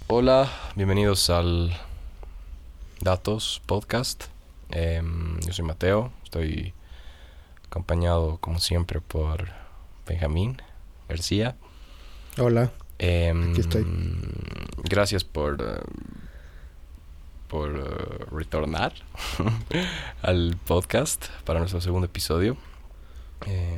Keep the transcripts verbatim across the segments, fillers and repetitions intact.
Hola, bienvenidos al Datos Podcast. Eh, yo soy Mateo, estoy acompañado como siempre por Benjamín García. Hola, Eh, aquí estoy. gracias por, uh, por uh, retornar al podcast para nuestro segundo episodio. Eh,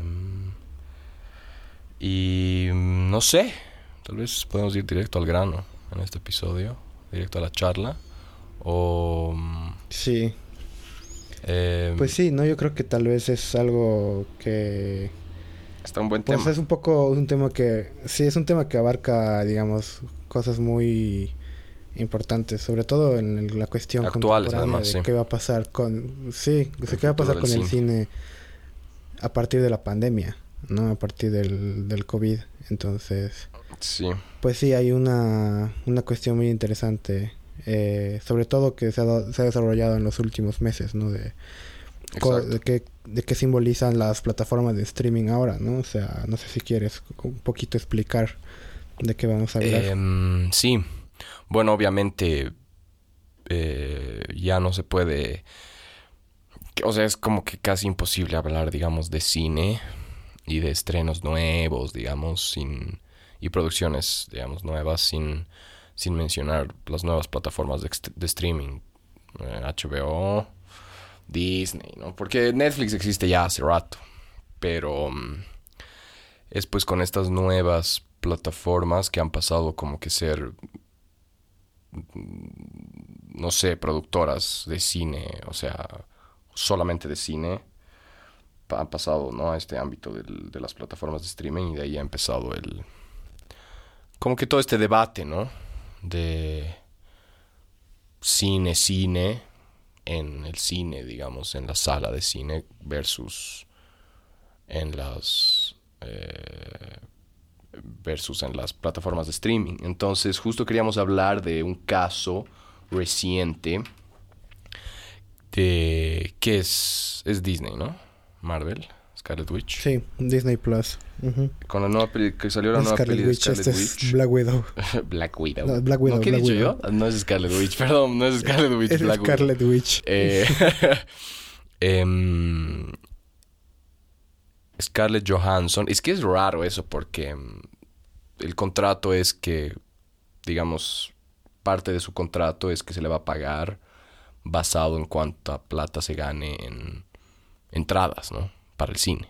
y no sé, tal vez podemos ir directo al grano en este episodio, directo a la charla. O Sí, eh, pues sí, no, yo creo que tal vez es algo que, está un buen pues tema. es un poco un tema que, sí, es un tema que abarca, digamos, cosas muy importantes, sobre todo en la cuestión Actuales contemporánea además, de sí. qué va a pasar con, sí, El de qué va a futuro pasar del con el cine. cine a partir de la pandemia, ¿no? A partir del, del COVID. Entonces, Sí, pues sí, hay una, una cuestión muy interesante, eh, sobre todo que se ha, da- se ha desarrollado en los últimos meses, ¿no? De co- exacto. de qué, de qué simbolizan las plataformas de streaming ahora, ¿no? O sea, no sé si quieres un poquito explicar de qué vamos a hablar. Eh, sí, bueno, obviamente eh, ya no se puede, o sea, es como que casi imposible hablar, digamos, de cine y de estrenos nuevos, digamos, sin y producciones, digamos, nuevas sin sin mencionar las nuevas plataformas de, de streaming, eh, H B O, Disney, ¿no? Porque Netflix existe ya hace rato, pero um, es pues con estas nuevas plataformas que han pasado como que ser, no sé, productoras de cine, o sea, solamente de cine, han pasado, ¿no? A este ámbito del, de las plataformas de streaming y de ahí ha empezado el, como que todo este debate, ¿no? De cine, cine, en el cine, digamos, en la sala de cine versus en las eh, versus en las plataformas de streaming. Entonces, justo queríamos hablar de un caso reciente de que es es Disney, ¿no? Marvel, Scarlet Witch. Sí, Disney Plus. Ujú. Con la nueva peli que salió la No es nueva Scarlet peli de Witch, Scarlet este es Witch. Black Widow. Black Widow. No, Black ¿No? Widow, ¿Qué he Black dicho Widow. yo? No es Scarlet Witch, perdón, no es Scarlet Witch, Es Black Widow. Scarlet Witch. Eh, em, Scarlett Johansson. Es que es raro eso porque em, el contrato es que, digamos, parte de su contrato es que se le va a pagar basado en cuánta plata se gane en entradas, ¿no? Para el cine.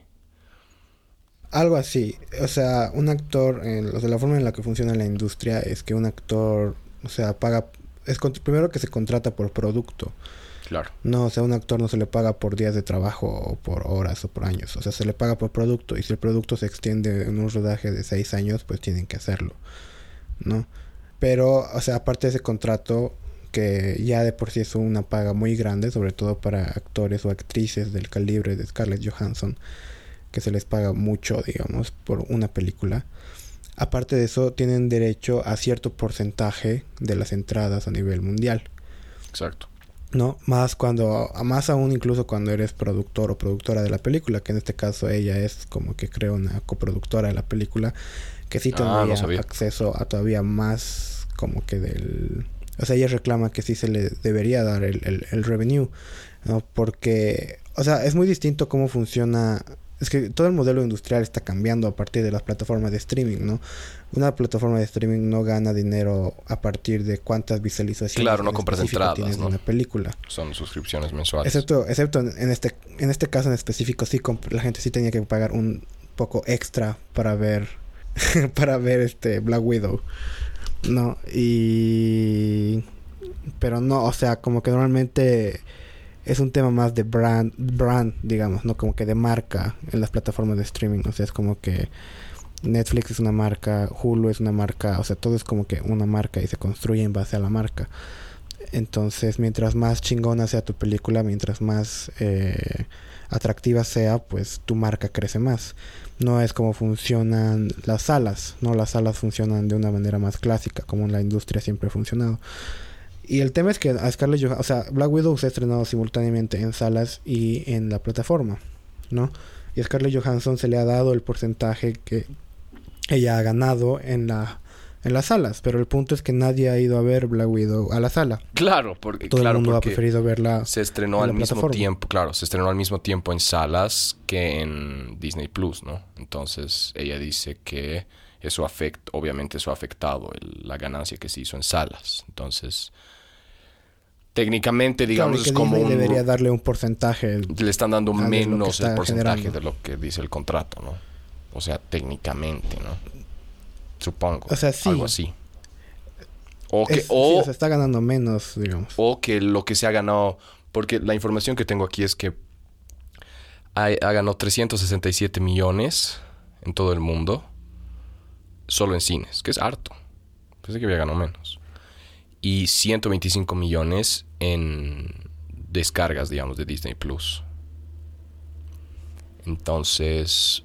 Algo así. O sea, un actor, en, o sea, la forma en la que funciona la industria es que un actor, o sea, paga, es con- primero que se contrata por producto. Claro. No, o sea, un actor no se le paga por días de trabajo o por horas o por años. O sea, se le paga por producto. Y si el producto se extiende en un rodaje de seis años, pues tienen que hacerlo, ¿no? Pero, o sea, aparte de ese contrato, que ya de por sí es una paga muy grande, sobre todo para actores o actrices del calibre de Scarlett Johansson, que se les paga mucho, digamos, por una película. Aparte de eso, tienen derecho a cierto porcentaje de las entradas a nivel mundial. Exacto. No, más cuando, más aún incluso cuando eres productor o productora de la película, que en este caso ella es como que creo una coproductora de la película, que sí Ah, no tendría sabía. acceso a todavía más como que del... O sea, ella reclama que sí se le debería dar el, el, el revenue, ¿no? Porque, o sea, es muy distinto cómo funciona. Es que todo el modelo industrial está cambiando a partir de las plataformas de streaming, ¿no? Una plataforma de streaming no gana dinero a partir de cuántas visualizaciones Claro, no en compras específico entradas, tienes de ¿no? una película. Son suscripciones mensuales. Excepto, excepto en, en este, en este caso en específico, sí, comp- la gente sí tenía que pagar un poco extra para ver, para ver este Black Widow, ¿no? Y, pero no, o sea, como que normalmente es un tema más de brand, brand, digamos, no como que de marca en las plataformas de streaming. O sea, es como que Netflix es una marca, Hulu es una marca, o sea, todo es como que una marca y se construye en base a la marca. Entonces, mientras más chingona sea tu película, mientras más eh, atractiva sea, pues tu marca crece más. No es como funcionan las salas, ¿no? Las salas funcionan de una manera más clásica, como la industria siempre ha funcionado. Y el tema es que a Scarlett Johansson, o sea, Black Widow se ha estrenado simultáneamente en salas y en la plataforma, ¿no? Y a Scarlett Johansson se le ha dado el porcentaje que ella ha ganado en la en las salas. Pero el punto es que nadie ha ido a ver Black Widow a la sala. Claro, porque todo claro, el mundo porque ha preferido verla. Se estrenó al mismo tiempo, claro, se estrenó al mismo tiempo en salas que en Disney Plus, ¿no? Entonces ella dice que eso afecta, obviamente eso ha afectado el, la ganancia que se hizo en salas. Entonces, técnicamente, digamos, claro, es como Disney un, debería darle un porcentaje. Le están dando menos el porcentaje generando. de lo que dice el contrato, ¿no? O sea, técnicamente, ¿no? Supongo. O sea, sí. Algo así. O que, es, o, sí, se está ganando menos, digamos. O que lo que se ha ganado... Porque la información que tengo aquí es que ha, ha ganado trescientos sesenta y siete millones en todo el mundo. Solo en cines, que es harto. Pensé que había ganado menos. Y ciento veinticinco millones en descargas, digamos, de Disney Plus. Entonces...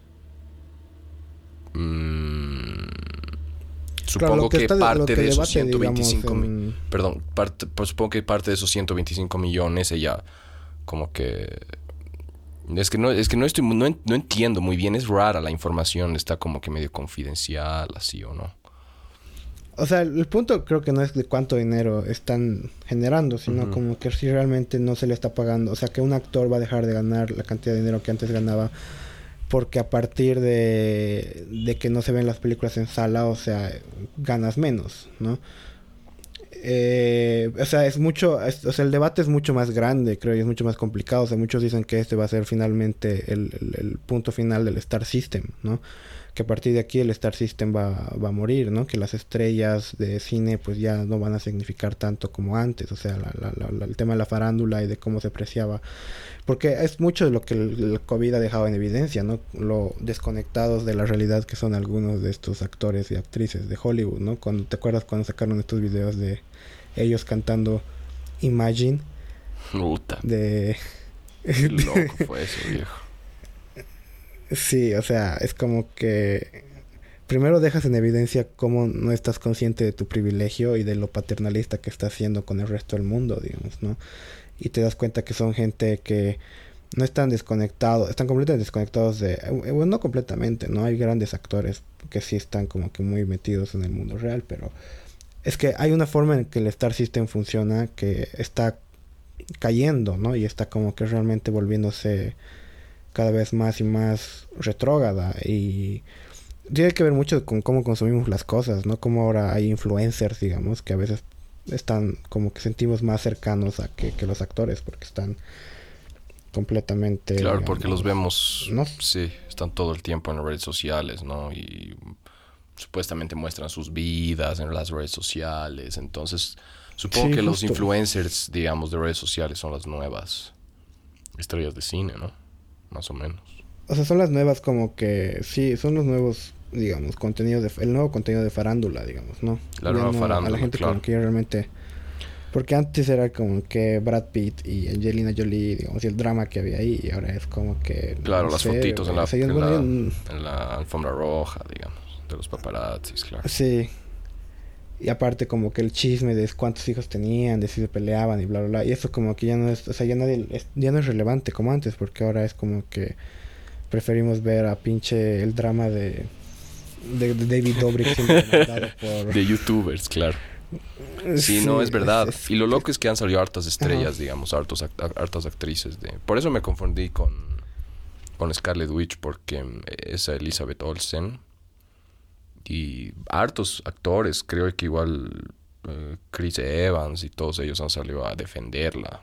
Mmm, supongo claro, que, que está, parte que de esos debate, ciento veinticinco digamos, en... Perdón, parte, pues supongo que parte de esos ciento veinticinco millones ella como que... Es que no, es que no estoy, no, no entiendo muy bien, es rara la información, está como que medio confidencial, así o no. O sea, el punto creo que no es de cuánto dinero están generando, sino uh-huh. como que si realmente no se le está pagando, o sea, que un actor va a dejar de ganar la cantidad de dinero que antes ganaba porque a partir de, de que no se ven las películas en sala, o sea, ganas menos, ¿no? Eh, o sea, es mucho, es, o sea, el debate es mucho más grande, creo, y es mucho más complicado. O sea, muchos dicen que este va a ser finalmente el, el, el punto final del Star System, ¿no? Que a partir de aquí el Star System va, va a morir, ¿no? Que las estrellas de cine pues ya no van a significar tanto como antes. O sea, la, la, la, el tema de la farándula y de cómo se apreciaba. Porque es mucho de lo que el, el COVID ha dejado en evidencia, ¿no? Lo desconectados de la realidad que son algunos de estos actores y actrices de Hollywood, ¿no? Cuando, ¿te acuerdas cuando sacaron estos videos de ellos cantando Imagine? Puta. De... Qué loco fue eso, viejo. Sí, o sea, es como que primero dejas en evidencia cómo no estás consciente de tu privilegio y de lo paternalista que estás haciendo con el resto del mundo, digamos, ¿no? Y te das cuenta que son gente que no están desconectados, están completamente desconectados de... Bueno, no completamente, ¿no? Hay grandes actores que sí están como que muy metidos en el mundo real, pero es que hay una forma en que el Star System funciona que está cayendo, ¿no? Y está como que realmente volviéndose cada vez más y más retrógrada, y tiene que ver mucho con cómo consumimos las cosas, ¿no? Como ahora hay influencers, digamos, que a veces están como que sentimos más cercanos a que, que los actores, porque están completamente... Claro, digamos, porque los vemos, ¿no? Sí, están todo el tiempo en las redes sociales, ¿no? Y supuestamente muestran sus vidas en las redes sociales, entonces supongo sí, que justo. Los influencers, digamos, de redes sociales son las nuevas estrellas de cine, ¿no? Más o menos. O sea, son las nuevas como que... Sí, son los nuevos, digamos, contenidos de... El nuevo contenido de farándula, digamos, ¿no? La nueva no, farándula, a la gente claro. Como que realmente... Porque antes era como que Brad Pitt y Angelina Jolie, digamos, y el drama que había ahí. Y ahora es como que... Claro, no las sé, fotitos en la, o sea, yo, en, bueno, la, yo... en la alfombra roja, digamos, de los paparazzis, claro. Sí. Y aparte como que el chisme de cuántos hijos tenían, de si se peleaban y bla, bla, bla. Y eso como que ya no es... O sea, ya nadie... Es, ya no es relevante como antes, porque ahora es como que... Preferimos ver a pinche el drama de... De, de David Dobrik siempre mandado por... De youtubers, claro. Sí, sí, no, es verdad. Es, es, y lo loco es que han salido hartas estrellas, uh-huh. digamos, hartos, hartas actrices. De... Por eso me confundí con, con Scarlet Witch, porque es Elizabeth Olsen. Y hartos actores, creo que igual uh, Chris Evans y todos ellos han salido a defenderla.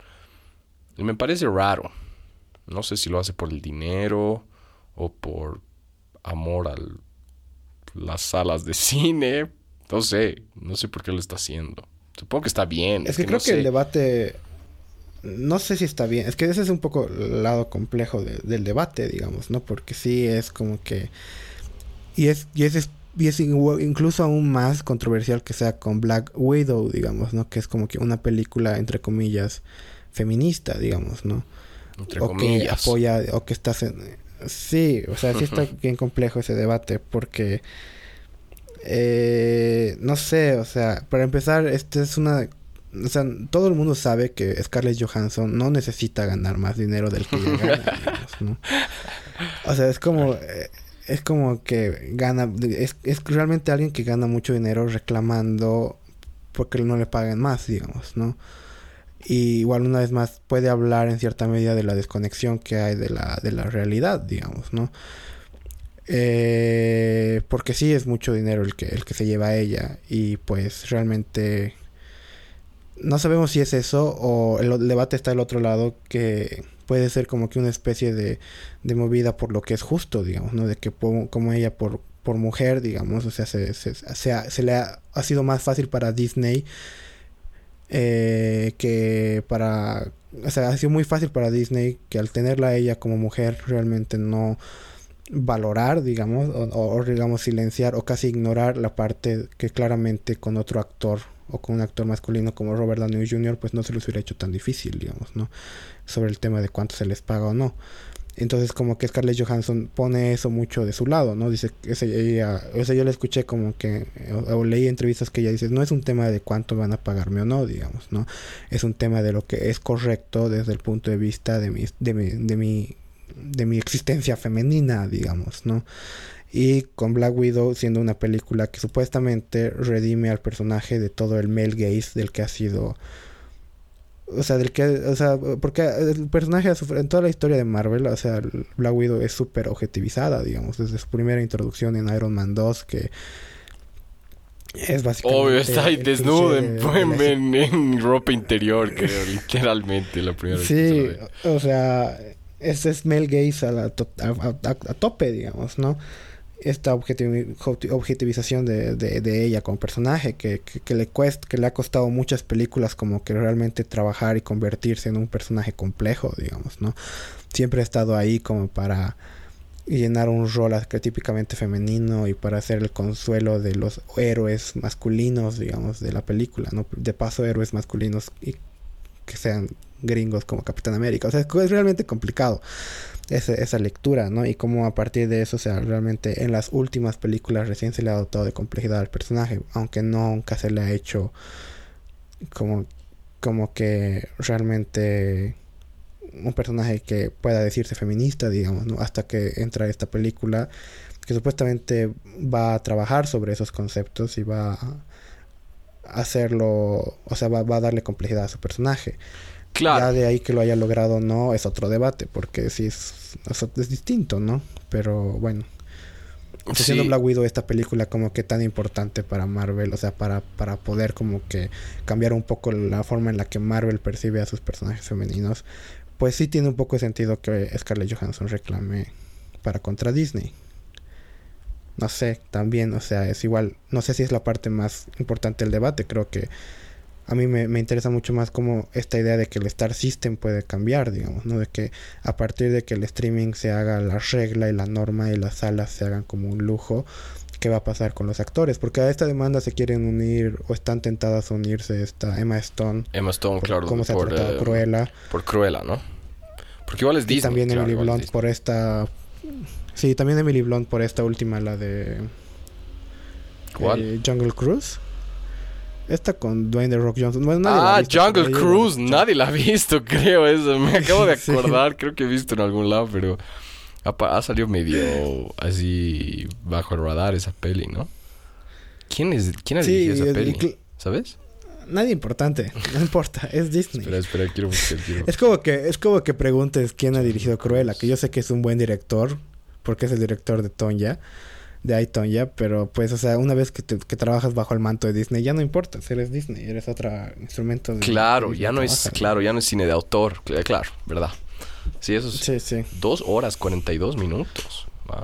Y me parece raro. No sé si lo hace por el dinero o por amor a las salas de cine. No sé, no sé por qué lo está haciendo. Supongo que está bien. Es, es que, que creo no que sé. el debate... No sé si está bien. Es que ese es un poco el lado complejo de, del debate, digamos, ¿no? Porque sí es como que... Y es, y es, y es incluso aún más controversial que sea con Black Widow, digamos, ¿no? Que es como que una película, entre comillas, feminista, digamos, ¿no? Entre o comillas. Que apoya, o que está... Sí, o sea, sí está bien complejo ese debate, porque... Eh, no sé, o sea, para empezar, esta es una... O sea, todo el mundo sabe que Scarlett Johansson no necesita ganar más dinero del que ya gana, digamos, ¿no? O sea, es como... Eh, es como que gana, es, es realmente alguien que gana mucho dinero reclamando porque no le paguen más, digamos, ¿no? Y igual una vez más puede hablar en cierta medida de la desconexión que hay de la, de la realidad, digamos, ¿no? Eh, porque sí es mucho dinero el que, el que se lleva a ella y pues realmente no sabemos si es eso o el, el debate está del otro lado, que puede ser como que una especie de, de movida por lo que es justo, digamos, ¿no? De que po, como ella por, por mujer, digamos, o sea, se, se, se, ha, se le ha, ha sido más fácil para Disney eh, que para... O sea, ha sido muy fácil para Disney que al tenerla a ella como mujer realmente no valorar, digamos, o, o digamos silenciar o casi ignorar la parte que claramente con otro actor o con un actor masculino como Robert Downey junior pues no se les hubiera hecho tan difícil, digamos, ¿no? Sobre el tema de cuánto se les paga o no. Entonces como que Scarlett Johansson pone eso mucho de su lado, ¿no? Dice que ella, o sea, yo le escuché como que, o, o leí entrevistas que ella dice, no es un tema de cuánto van a pagarme o no, digamos, ¿no? Es un tema de lo que es correcto desde el punto de vista de mi, de mi, de mi, de mi existencia femenina, digamos, ¿no? Y con Black Widow siendo una película que supuestamente redime al personaje de todo el male gaze del que ha sido, o sea, del que, o sea, porque el personaje en toda la historia de Marvel, o sea, Black Widow es súper objetivizada, digamos, desde su primera introducción en Iron Man dos, que es básicamente... Obvio, está ahí desnudo en, en, en, en ropa interior, creo, literalmente, la primera sí, vez que se o sea, ese es male gaze a, la to a, a, a tope, digamos, ¿no? Esta objetivi objetivización de, de, de ella como personaje que, que, que le cuesta, que le ha costado muchas películas como que realmente trabajar y convertirse en un personaje complejo, digamos, ¿no? Siempre ha estado ahí como para llenar un rol arquetípicamente femenino y para ser el consuelo de los héroes masculinos, digamos, de la película, ¿no? De paso, héroes masculinos y que sean gringos como Capitán América. O sea, es realmente complicado esa, esa lectura, ¿no? Y como a partir de eso, o sea, realmente en las últimas películas recién se le ha dotado de complejidad al personaje, aunque nunca se le ha hecho como, como que realmente un personaje que pueda decirse feminista, digamos, ¿no? Hasta que entra esta película que supuestamente va a trabajar sobre esos conceptos y va a hacerlo, o sea, va, va a darle complejidad a su personaje. Claro. Ya de ahí que lo haya logrado o no es otro debate, porque sí es, es, es distinto, ¿no? Pero bueno, sí. Siendo Black Widow esta película como que tan importante para Marvel, o sea, para, para poder como que cambiar un poco la forma en la que Marvel percibe a sus personajes femeninos, pues sí tiene un poco de sentido que Scarlett Johansson reclame para contra Disney. No sé, también, o sea, es igual, no sé si es la parte más importante del debate, creo que a mí me, me interesa mucho más como esta idea de que el Star System puede cambiar, digamos, ¿no? De que a partir de que el streaming se haga la regla y la norma y las salas se hagan como un lujo, ¿qué va a pasar con los actores? Porque a esta demanda se quieren unir o están tentadas a unirse esta Emma Stone. Emma Stone, por claro. Cómo se por, ha tratado eh, Cruella. Por Cruella, ¿no? Porque igual es Disney. Y también claro, Emily Blunt Disney. por esta... Sí, también Emily Blunt por esta última, la de... ¿Cuál? Eh, Jungle Cruise. Esta con Dwayne The Rock Johnson. Bueno, nadie ah, la ha visto, Jungle Cruise. Nadie la ha visto, creo eso. Me acabo de acordar. Sí. Creo que he visto en algún lado, pero ha, ha salido medio así bajo el radar esa peli, ¿no? ¿Quién es? ¿Quién ha dirigido sí, esa peli? ¿Sabes? Nadie importante, no importa, es Disney. Espera, espera, quiero buscar. Quiero... Es como que es como que preguntes quién ha dirigido Cruella, que yo sé que es un buen director, porque es el director de Tonya. De iTonya, pero pues, o sea, una vez que, te, que trabajas bajo el manto de Disney, ya no importa, eres Disney, eres otro instrumento de... Claro, ya no es, claro, ya no es cine de autor, claro, ¿verdad? Sí, eso es... Sí, sí. Dos horas, cuarenta y dos minutos. Wow.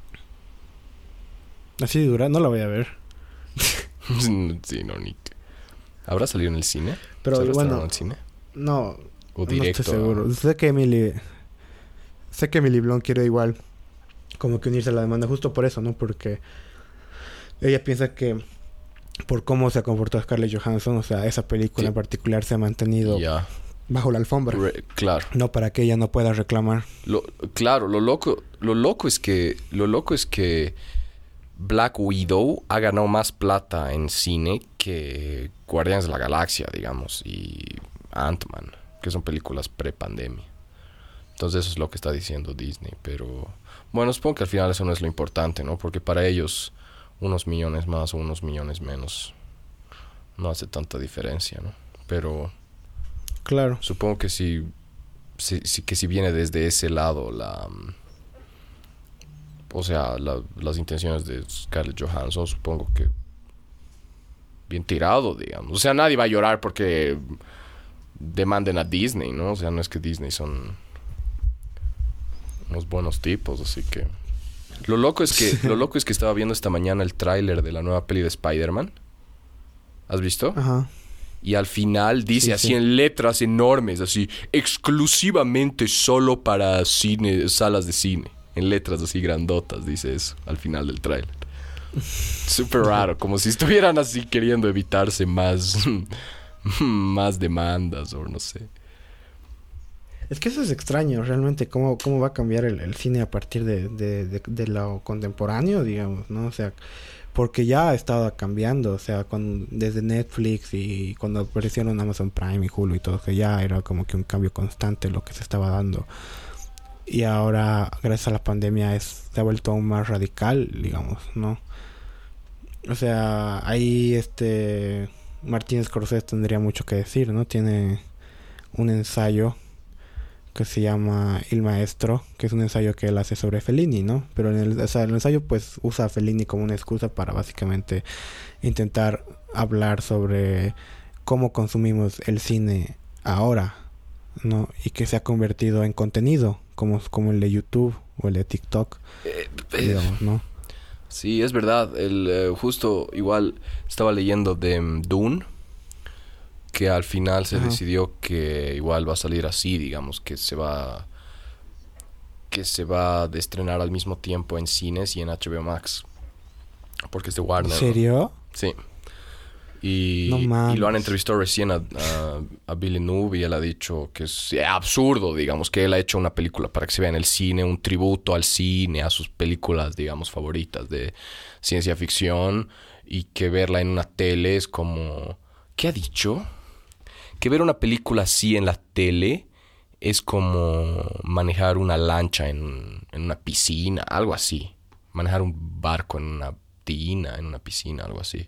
Así dura, no la voy a ver. Sí, no, ni... ¿Habrá salido en el cine? Pero bueno... en el cine? No, o directo, no estoy seguro. A... Sé que Emily... Sé que Emily Blunt quiere igual... como que unirse a la demanda justo por eso, ¿no? Porque ella piensa que por cómo se ha comportado Scarlett Johansson, o sea, esa película sí. en particular se ha mantenido yeah. bajo la alfombra. Re, claro. No para que ella no pueda reclamar. Lo, claro, lo loco, lo loco es que, lo loco es que Black Widow ha ganado más plata en cine que Guardianes de la Galaxia, digamos, y Ant-Man, que son películas pre-pandemia. Entonces eso es lo que está diciendo Disney. Pero bueno, supongo que al final eso no es lo importante, ¿no? Porque para ellos unos millones más o unos millones menos no hace tanta diferencia, ¿no? Pero claro, supongo que si, si, si que si viene desde ese lado la, o sea, la, las intenciones de Scarlett Johansson, supongo que bien tirado, digamos. O sea, nadie va a llorar porque demanden a Disney, ¿no? O sea, no es que Disney son unos buenos tipos, así que lo loco es que lo loco es que estaba viendo esta mañana el tráiler de la nueva peli de Spider-Man. ¿Has visto? ajá. Y al final dice Sí, así sí. en letras enormes, así, exclusivamente solo para cine, salas de cine. En letras así grandotas dice eso al final del tráiler. Súper raro, como si estuvieran así queriendo evitarse más, más demandas o no sé. Es que eso es extraño, realmente, cómo, cómo va a cambiar el, el cine a partir de, de, de, de lo contemporáneo, digamos, ¿no? O sea, porque ya ha estado cambiando, o sea, cuando, desde Netflix y cuando aparecieron Amazon Prime y Hulu y todo, que ya era como que un cambio constante lo que se estaba dando. Y ahora, gracias a la pandemia, es, se ha vuelto aún más radical, digamos, ¿no? O sea, ahí este Martin Scorsese tendría mucho que decir, ¿no? Tiene un ensayo que se llama El Maestro, que es un ensayo que él hace sobre Fellini, ¿no? Pero en el, o sea, el ensayo pues usa a Fellini como una excusa para básicamente intentar hablar sobre cómo consumimos el cine ahora, ¿no? Y que se ha convertido en contenido, como, como el de YouTube o el de TikTok, Eh, eh, digamos, ¿no? sí, es verdad. El, eh, justo igual estaba leyendo de um, Dune, que al final se Ajá. decidió que igual va a salir así, digamos, que se va que se va a estrenar al mismo tiempo en cines y en H B O Max, porque es de ¿En Warner, ¿no? serio? Sí. Y, No mames. y lo han entrevistado recién a, a, a Villeneuve y él ha dicho que es eh, absurdo, digamos, que él ha hecho una película para que se vea en el cine, un tributo al cine, a sus películas, digamos, favoritas de ciencia ficción, y que verla en una tele es como... ¿Qué ha dicho? Que ver una película así en la tele es como manejar una lancha en, en una piscina, algo así. Manejar un barco en una tina, en una piscina, algo así.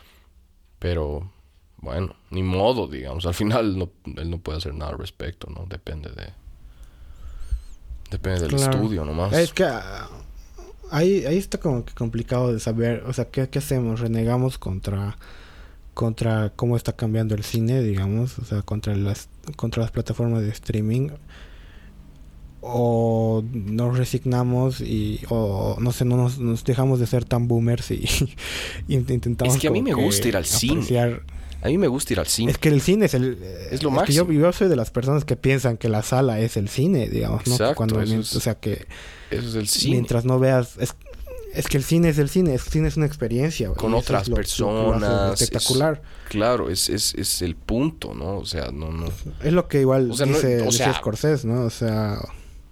Pero, bueno, ni modo, digamos. Al final no, él no puede hacer nada al respecto, ¿no? Depende de... Depende del Claro. estudio nomás. Es que ah, ahí, ahí está como que complicado de saber, o sea, ¿qué, qué hacemos? ¿Renegamos contra contra cómo está cambiando el cine, digamos? O sea, contra las contra las plataformas de streaming, o nos resignamos y o no sé, no nos, nos dejamos de ser tan boomers y, y intentamos Es que a mí como me que gusta ir al cine. apreciar. A mí me gusta ir al cine. Es que el cine es el... Es lo es que yo, máximo. yo soy de las personas que piensan que la sala es el cine, digamos, ¿no? Exacto, Cuando, eso mien- es- o sea, que Eso es el cine. mientras no veas... Es, es que el cine es el cine, el cine es una experiencia. Con y eso otras es lo- lo que lo hace personas. espectacular. Es- claro, es, es, es el punto, ¿no? O sea, no, no... Es lo que igual O sea, no- dice, o dice sea- Scorsese, ¿no? O sea...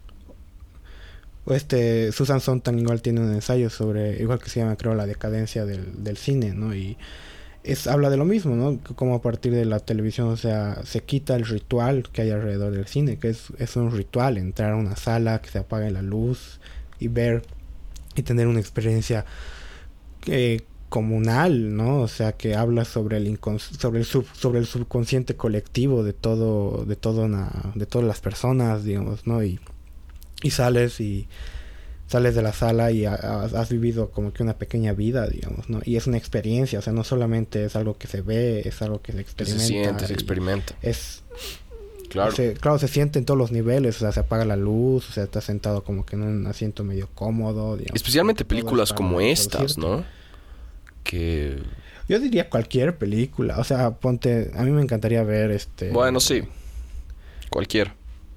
o Este, Susan Sontag igual tiene un ensayo sobre, igual que se llama, creo, la decadencia del, del cine, ¿no? Y es habla de lo mismo, ¿no? Como a partir de la televisión, o sea, se quita el ritual que hay alrededor del cine, que es, es un ritual, entrar a una sala, que se apague la luz y ver y tener una experiencia eh, comunal, ¿no? O sea, que habla sobre el incons- sobre el sub- sobre el subconsciente colectivo de todo de todo una, de todas las personas, digamos, ¿no? Y y sales y sales de la sala y ha- has, has vivido como que una pequeña vida, digamos, ¿no? Y es una experiencia, o sea, no solamente es algo que se ve, es algo que se Que experimenta. se siente, se y experimenta. Es, Claro. se, claro, se siente en todos los niveles, o sea, se apaga la luz, o sea, estás sentado como que en un asiento medio cómodo, digamos. Especialmente Todo películas está como estas, reducido. ¿no? Que... Yo diría cualquier película, o sea, ponte, a mí me encantaría ver este... Bueno, sí. Cualquiera.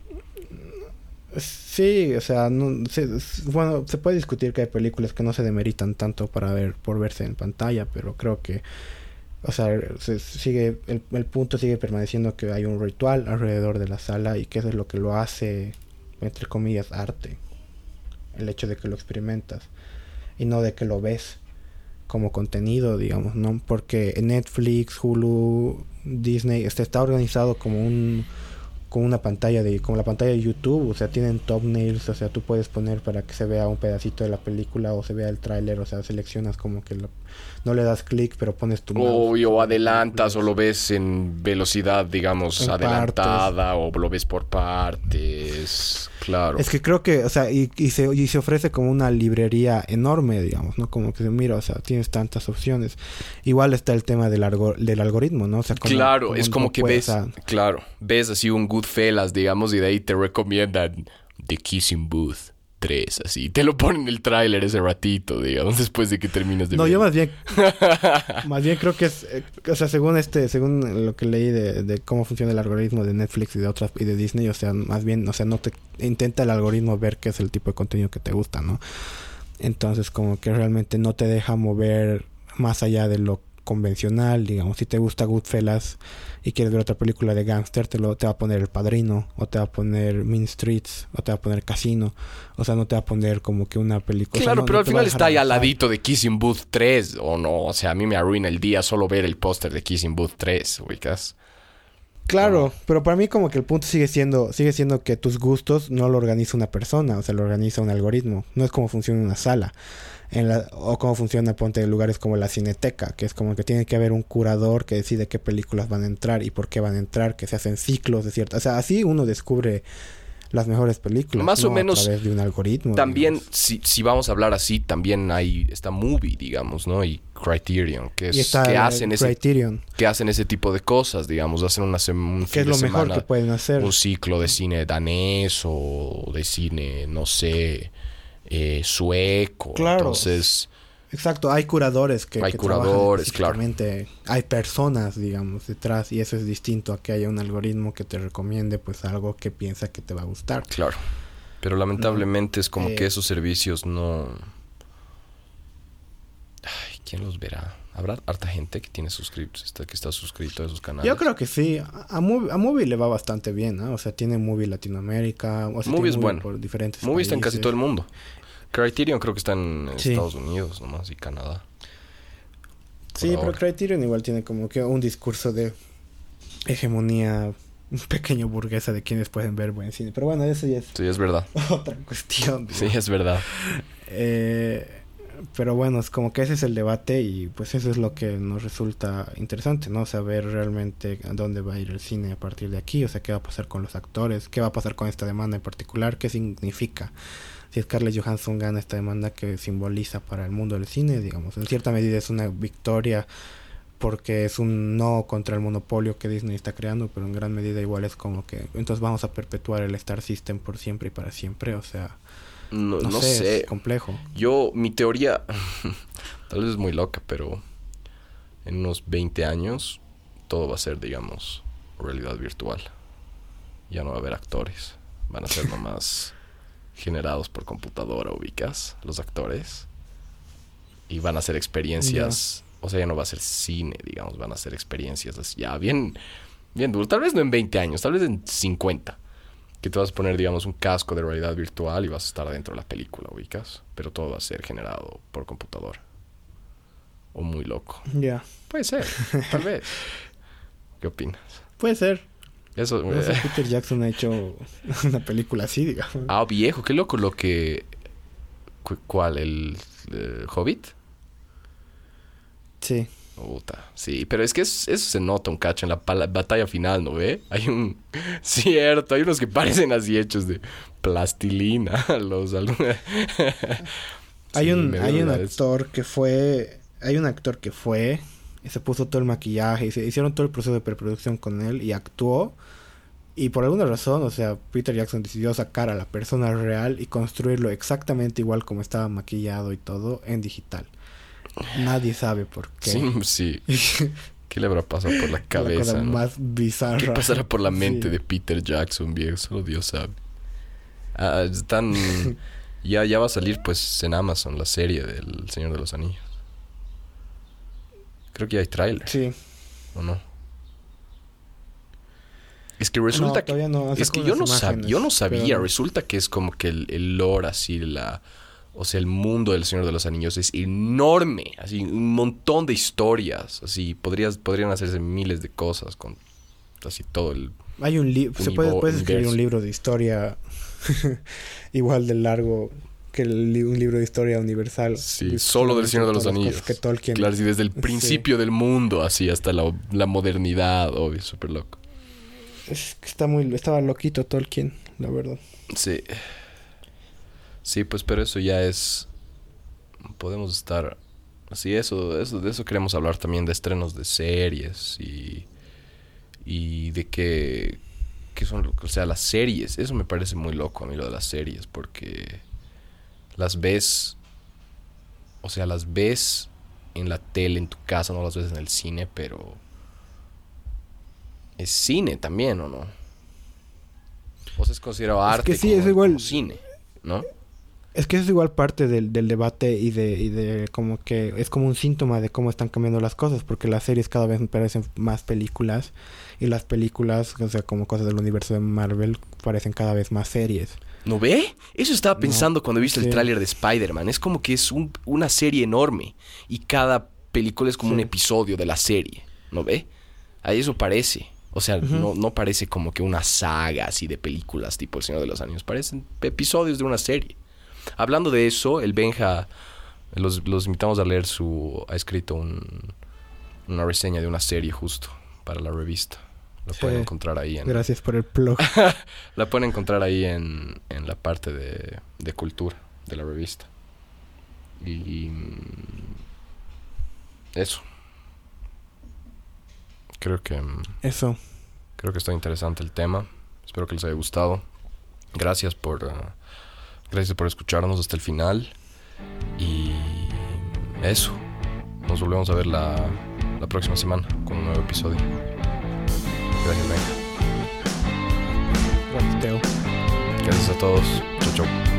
Sí, o sea, no, se, bueno, se puede discutir que hay películas que no se demeritan tanto para ver por verse en pantalla, pero creo que, o sea, se sigue el, el punto sigue permaneciendo que hay un ritual alrededor de la sala y que eso es lo que lo hace, entre comillas, arte. El hecho de que lo experimentas y no de que lo ves como contenido, digamos, ¿no? Porque en Netflix, Hulu, Disney, este está organizado como un con una pantalla de, como la pantalla de YouTube, o sea, tienen thumbnails, o sea, tú puedes poner para que se vea un pedacito de la película o se vea el tráiler, o sea, seleccionas como que lo, no le das clic, pero pones tu mouse. O, o adelantas o lo ves en velocidad, digamos, en adelantada, partes. o lo ves por partes, claro. Es que creo que, o sea, y, y, se, y se ofrece como una librería enorme, digamos, ¿no? Como que mira, o sea, tienes tantas opciones. Igual está el tema del, algo, del algoritmo, ¿no? O sea, como, claro, como es como no que puedes, ves, o sea, claro, ves así un Goodfellas, digamos, y de ahí te recomiendan The Kissing Booth tres, así. Te lo ponen en el tráiler ese ratito, digamos, después de que terminas de no, ver. yo más bien, más bien creo que es, eh, o sea, según este, según lo que leí de, de cómo funciona el algoritmo de Netflix y de otras, y de Disney, o sea, más bien, o sea, no te intenta el algoritmo ver qué es el tipo de contenido que te gusta, ¿no? Entonces, como que realmente no te deja mover más allá de lo convencional, digamos. Si te gusta Goodfellas y quieres ver otra película de gángster, te, lo, te va a poner El Padrino, o te va a poner Mean Streets, o te va a poner Casino. O sea, no te va a poner como que una película... Claro, o sea, no, pero no al te va a final dejar está ahí al avanzar. ladito de Kissing Booth tres, o no. O sea, a mí me arruina el día solo ver el póster de Kissing Booth tres, ubicas. Claro, No. pero para mí como que el punto sigue siendo sigue siendo que tus gustos no lo organiza una persona, o sea, lo organiza un algoritmo. No es como funciona una sala. En la, o cómo funciona, ponte, en lugares como la Cineteca, que es como que tiene que haber un curador que decide qué películas van a entrar y por qué van a entrar, que se hacen ciclos de ciertas... O sea, así uno descubre las mejores películas. Más no o menos a través de un algoritmo. También, digamos. si, si vamos a hablar así, también hay está Movie, digamos, ¿no? Y Criterion, que, Y es, está que, el hacen ese, Criterion, que hacen ese tipo de cosas, digamos. Hacen una sem- un que fin es lo de mejor semana, que pueden hacer. un ciclo de cine danés o de cine, no sé, eh, sueco. Claro. Entonces... Exacto, hay curadores que, Hay que curadores, trabajan específicamente. Hay personas, digamos, detrás, y eso es distinto a que haya un algoritmo que te recomiende pues algo que piensa que te va a gustar. Claro. Pero lamentablemente No. es como Eh, que esos servicios no... Ay, ¿quién los verá? ¿Habrá harta gente que tiene suscritos, está, que está suscrito a esos canales? Yo creo que sí. A, a, Movie, a Movie le va bastante bien, ¿no? O sea, tiene Movie Latinoamérica. O sea, Movie tiene es Movie bueno. por diferentes Movie está en casi países. todo el mundo. Criterion creo que está en Sí. Estados Unidos nomás y Canadá. Por Sí, ahora. pero Criterion igual tiene como que un discurso de hegemonía un pequeño burguesa de quienes pueden ver buen cine. Pero bueno, eso ya es Sí, es verdad. otra cuestión. Sí, es verdad. Eh, pero bueno, es como que ese es el debate y pues eso es lo que nos resulta interesante, ¿no? Saber realmente a dónde va a ir el cine a partir de aquí, o sea, qué va a pasar con los actores, qué va a pasar con esta demanda en particular, qué significa. Si Scarlett Johansson gana esta demanda, que simboliza para el mundo del cine, digamos, en cierta medida es una victoria porque es un no contra el monopolio que Disney está creando, pero en gran medida igual es como que entonces vamos a perpetuar el Star System por siempre y para siempre, o sea, No, no, no sé, sé. es complejo. Yo, mi teoría, tal vez es muy loca, pero en unos veinte años todo va a ser, digamos, realidad virtual. Ya no va a haber actores. Van a ser nomás generados por computadora, ubicas, los actores. Y van a ser experiencias, o sea, ya no va a ser cine, digamos, van a ser experiencias así, ya bien, bien duro. Tal vez no en veinte años, tal vez en cincuenta. Que te vas a poner, digamos, un casco de realidad virtual y vas a estar dentro de la película, ubicas. Pero todo va a ser generado por computadora. O muy loco. Ya, Puede ser, tal vez. ¿Qué opinas? puede ser. Eso, No sé, eh, Peter Jackson ha hecho una película así, digamos. Ah, viejo, qué loco lo que... cu- ¿Cuál? ¿El eh, Hobbit? Sí. Puta, sí, pero es que es- eso se nota un cacho en la pala- batalla final, ¿no ve? Hay un... Cierto, hay unos que parecen así hechos de plastilina. Los alumnos... Hay Sí, un, me hay un gusta eso. actor que fue, hay un actor que fue, y se puso todo el maquillaje, y se hicieron todo el proceso de preproducción con él, y actuó, y por alguna razón, o sea, Peter Jackson decidió sacar a la persona real y construirlo exactamente igual como estaba maquillado y todo en digital. Nadie sabe por qué. Sí, sí. ¿Qué le habrá pasado por la La cabeza, cosa no? más bizarra. ¿Qué pasará por la mente Sí. de Peter Jackson, viejo? Solo Dios sabe. Ah, están... ya, ya va a salir, pues, en Amazon la serie del Señor de los Anillos. Creo que ya hay tráiler, Sí. ¿o no? Es que resulta No, todavía no, han que... Es que sacado yo no, unas sab- imágenes, yo no sabía. pero no. Resulta que es como que el, el lore, así, la... O sea, el mundo del Señor de los Anillos es enorme. Así, un montón de historias. Así, podrías, podrían hacerse miles de cosas con... Así, todo el... Hay un libro, se puede, puedes escribir universo. un libro de historia igual de largo que el li- un libro de historia universal. Sí, solo del Señor de los Anillos. Que Tolkien. Claro, sí, desde el principio Sí. del mundo, así hasta la, la modernidad, obvio, súper loco. Es que está muy, estaba loquito Tolkien, la verdad. Sí. Sí, pues, pero eso ya es... Podemos estar... Sí, eso, eso, de eso queremos hablar también, de estrenos de series y... Y de que... que son, o sea, las series. Eso me parece muy loco a mí, lo de las series, porque... Las ves... O sea, las ves en la tele, en tu casa, no las ves en el cine, pero... Es cine también, ¿o no? O sea, es considerado Es arte que sí, como, es igual. como cine, ¿no? Es que eso es igual parte del, del debate y de, y de como que es como un síntoma de cómo están cambiando las cosas, porque las series cada vez me parecen más películas y las películas, o sea, como cosas del universo de Marvel, parecen cada vez más series. ¿No ve? Eso estaba pensando No, cuando viste sí. el tráiler de Spider-Man. Es como que es un, una serie enorme y cada película es como Sí. un episodio de la serie, ¿no ve? A eso parece. O sea, Ujú. no, no parece como que una saga así de películas tipo El Señor de los Anillos. Parecen episodios de una serie. Hablando de eso, el Benja, los, los invitamos a leer su... Ha escrito un, una reseña de una serie justo para la revista. La Sí. pueden encontrar ahí en... Gracias por el plug. La pueden encontrar ahí en, en la parte de, de cultura de la revista. Y... Eso. Creo que... Eso. Creo que está interesante el tema. Espero que les haya gustado. Gracias por... Uh, gracias por escucharnos hasta el final. Y... Eso. Nos volvemos a ver la, la próxima semana con un nuevo episodio. Gracias, Benja. Gracias, Teo. Gracias a todos. Chau, chau.